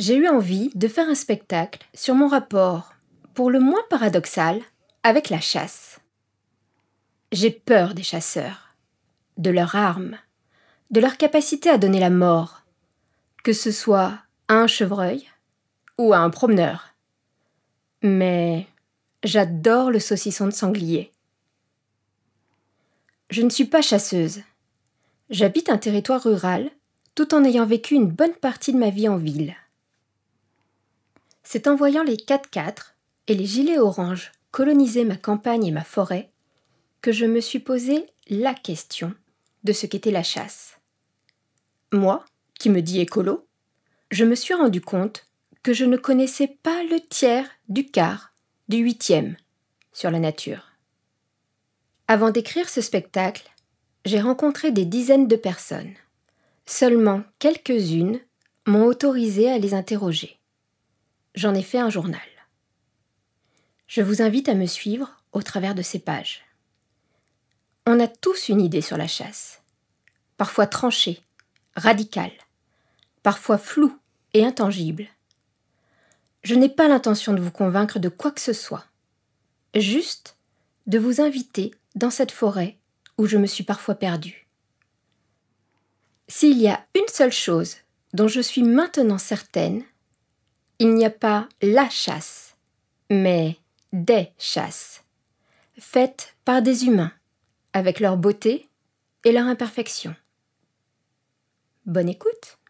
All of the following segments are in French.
j'ai eu envie de faire un spectacle sur mon rapport, pour le moins paradoxal, avec la chasse. J'ai peur des chasseurs, de leurs armes, de leur capacité à donner la mort, que ce soit à un chevreuil ou à un promeneur. Mais j'adore le saucisson de sanglier. Je ne suis pas chasseuse. J'habite un territoire rural tout en ayant vécu une bonne partie de ma vie en ville. C'est en voyant les 4x4 et les gilets oranges coloniser ma campagne et ma forêt que je me suis posé la question de ce qu'était la chasse. Moi, qui me dis écolo, je me suis rendu compte que je ne connaissais pas le tiers, du quart, du huitième sur la nature. Avant d'écrire ce spectacle, j'ai rencontré des dizaines de personnes. Seulement quelques-unes m'ont autorisé à les interroger. J'en ai fait un journal. Je vous invite à me suivre au travers de ces pages. On a tous une idée sur la chasse, parfois tranchée, radicale, parfois floue et intangible. Je n'ai pas l'intention de vous convaincre de quoi que ce soit, juste de vous inviter dans cette forêt où je me suis parfois perdue. S'il y a une seule chose dont je suis maintenant certaine, il n'y a pas la chasse, mais des chasses, faites par des humains, avec leur beauté et leur imperfection. Bonne écoute!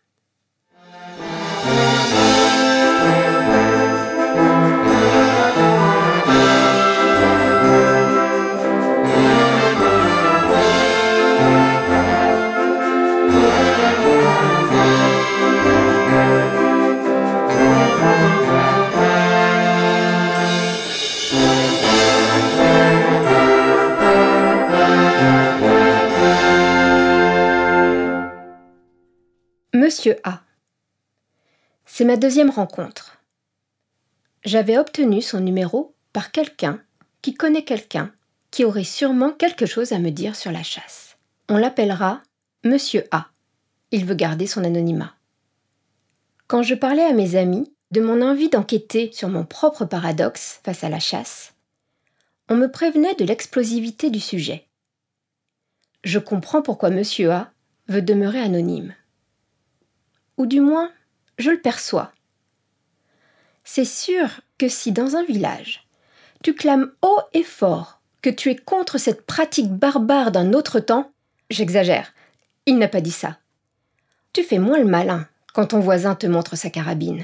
Monsieur A. C'est ma deuxième rencontre. J'avais obtenu son numéro par quelqu'un qui connaît quelqu'un qui aurait sûrement quelque chose à me dire sur la chasse. On l'appellera Monsieur A. Il veut garder son anonymat. Quand je parlais à mes amis de mon envie d'enquêter sur mon propre paradoxe face à la chasse, on me prévenait de l'explosivité du sujet. Je comprends pourquoi Monsieur A veut demeurer anonyme. Ou du moins, je le perçois. C'est sûr que si dans un village, tu clames haut et fort que tu es contre cette pratique barbare d'un autre temps, j'exagère, il n'a pas dit ça. Tu fais moins le malin quand ton voisin te montre sa carabine.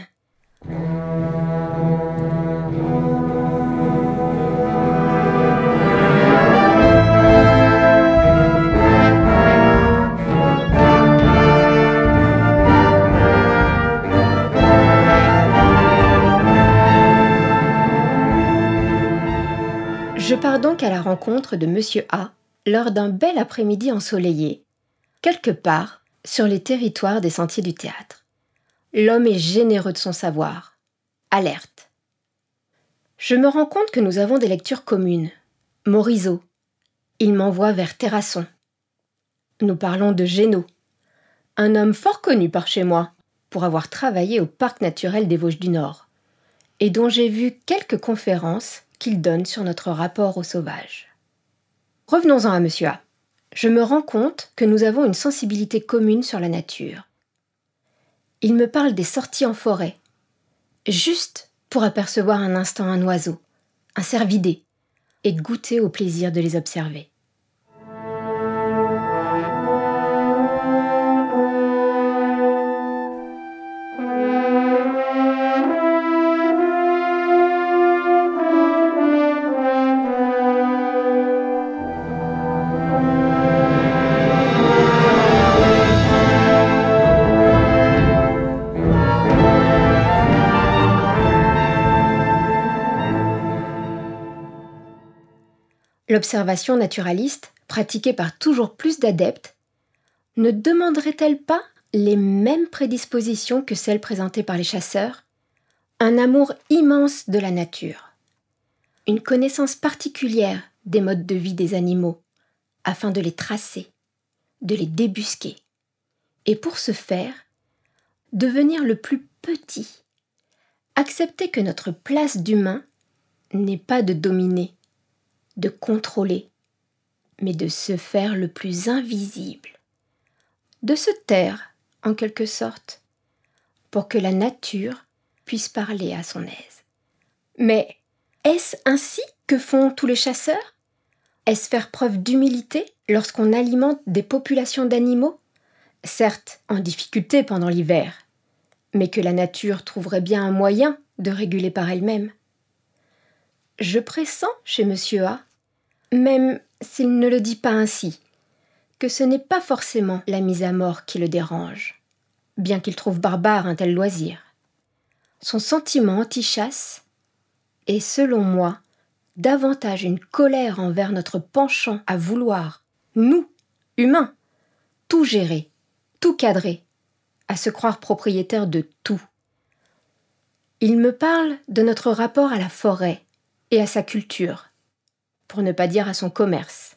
Je pars donc à la rencontre de Monsieur A lors d'un bel après-midi ensoleillé, quelque part sur les territoires des Sentiers du Théâtre. L'homme est généreux de son savoir, alerte. Je me rends compte que nous avons des lectures communes. Morisot, il m'envoie vers Terrasson. Nous parlons de Génaud, un homme fort connu par chez moi pour avoir travaillé au Parc naturel des Vosges du Nord, et dont j'ai vu quelques conférences qu'il donne sur notre rapport au sauvage. Revenons-en à Monsieur A. Je me rends compte que nous avons une sensibilité commune sur la nature. Il me parle des sorties en forêt, juste pour apercevoir un instant un oiseau, un cervidé, et goûter au plaisir de les observer. L'observation naturaliste, pratiquée par toujours plus d'adeptes, ne demanderait-elle pas les mêmes prédispositions que celles présentées par les chasseurs? Un amour immense de la nature, une connaissance particulière des modes de vie des animaux, afin de les tracer, de les débusquer, et pour ce faire, devenir le plus petit Accepter que notre place d'humain n'est pas de dominer, de contrôler, mais de se faire le plus invisible, de se taire, en quelque sorte, pour que la nature puisse parler à son aise. Mais est-ce ainsi que font tous les chasseurs ? Est-ce faire preuve d'humilité lorsqu'on alimente des populations d'animaux, certes en difficulté pendant l'hiver, mais que la nature trouverait bien un moyen de réguler par elle-même ? Je pressens chez Monsieur A, même s'il ne le dit pas ainsi, que ce n'est pas forcément la mise à mort qui le dérange, bien qu'il trouve barbare un tel loisir. Son sentiment anti-chasse est, selon moi, davantage une colère envers notre penchant à vouloir, nous, humains, tout gérer, tout cadrer, à se croire propriétaire de tout. Il me parle de notre rapport à la forêt et à sa culture, pour ne pas dire à son commerce,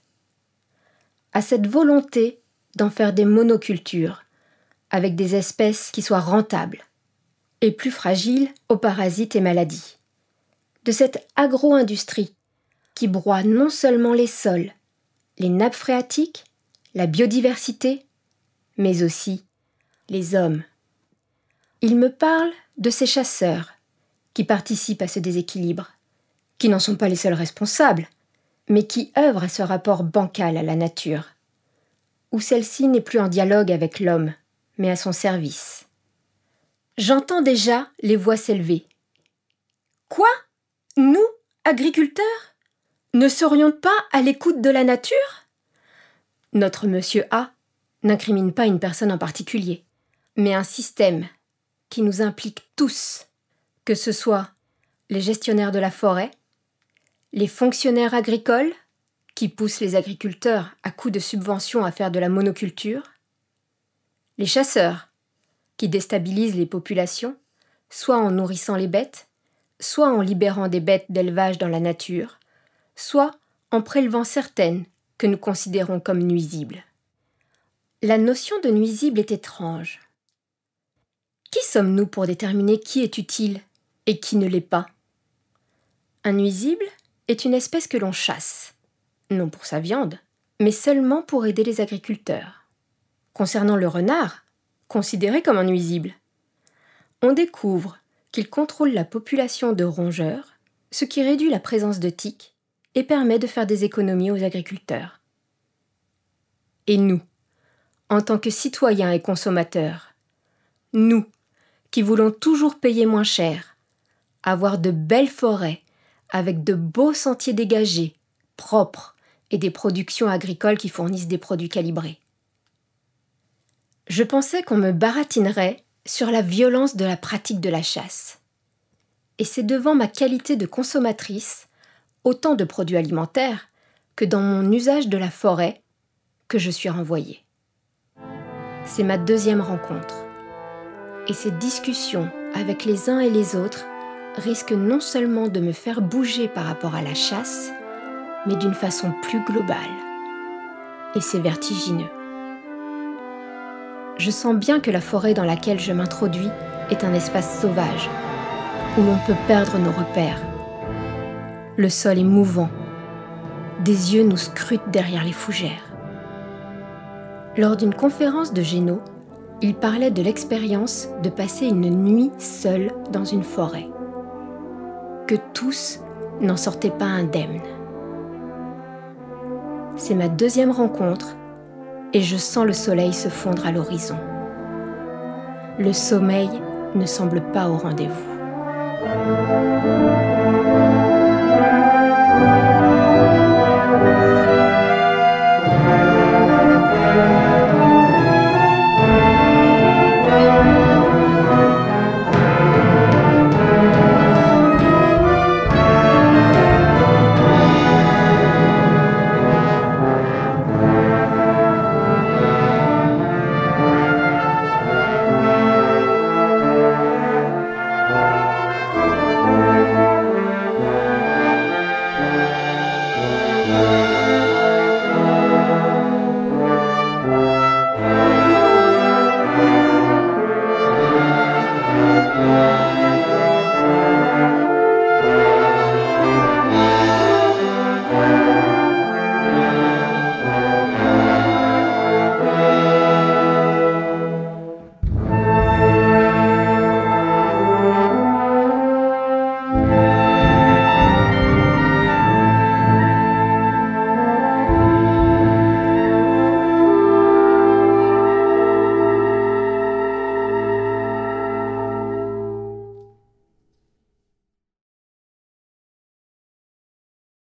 à cette volonté d'en faire des monocultures, avec des espèces qui soient rentables, et plus fragiles aux parasites et maladies, de cette agro-industrie qui broie non seulement les sols, les nappes phréatiques, la biodiversité, mais aussi les hommes. Il me parle de ces chasseurs qui participent à ce déséquilibre, qui n'en sont pas les seuls responsables, mais qui œuvrent à ce rapport bancal à la nature, où celle-ci n'est plus en dialogue avec l'homme, mais à son service. J'entends déjà les voix s'élever. Quoi ? Nous, agriculteurs ? Ne serions pas à l'écoute de la nature ? Notre monsieur A n'incrimine pas une personne en particulier, mais un système qui nous implique tous, que ce soit les gestionnaires de la forêt, les fonctionnaires agricoles, qui poussent les agriculteurs à coups de subventions à faire de la monoculture, les chasseurs, qui déstabilisent les populations, soit en nourrissant les bêtes, soit en libérant des bêtes d'élevage dans la nature, soit en prélevant certaines que nous considérons comme nuisibles. La notion de nuisible est étrange. Qui sommes-nous pour déterminer qui est utile et qui ne l'est pas ? Un nuisible est une espèce que l'on chasse, non pour sa viande, mais seulement pour aider les agriculteurs. Concernant le renard, considéré comme un nuisible, on découvre qu'il contrôle la population de rongeurs, ce qui réduit la présence de tiques et permet de faire des économies aux agriculteurs. Et nous, en tant que citoyens et consommateurs, nous, qui voulons toujours payer moins cher, avoir de belles forêts avec de beaux sentiers dégagés, propres et des productions agricoles qui fournissent des produits calibrés. Je pensais qu'on me baratinerait sur la violence de la pratique de la chasse. Et c'est devant ma qualité de consommatrice, autant de produits alimentaires que dans mon usage de la forêt, que je suis renvoyée. C'est ma deuxième rencontre. Et ces discussions avec les uns et les autres risquent non seulement de me faire bouger par rapport à la chasse, mais d'une façon plus globale. Et c'est vertigineux. Je sens bien que la forêt dans laquelle je m'introduis est un espace sauvage, où l'on peut perdre nos repères. Le sol est mouvant. Des yeux nous scrutent derrière les fougères. Lors d'une conférence de Génaud, il parlait de l'expérience de passer une nuit seul dans une forêt. Que tous n'en sortaient pas indemnes. C'est ma deuxième rencontre et je sens le soleil se fondre à l'horizon. Le sommeil ne semble pas au rendez-vous.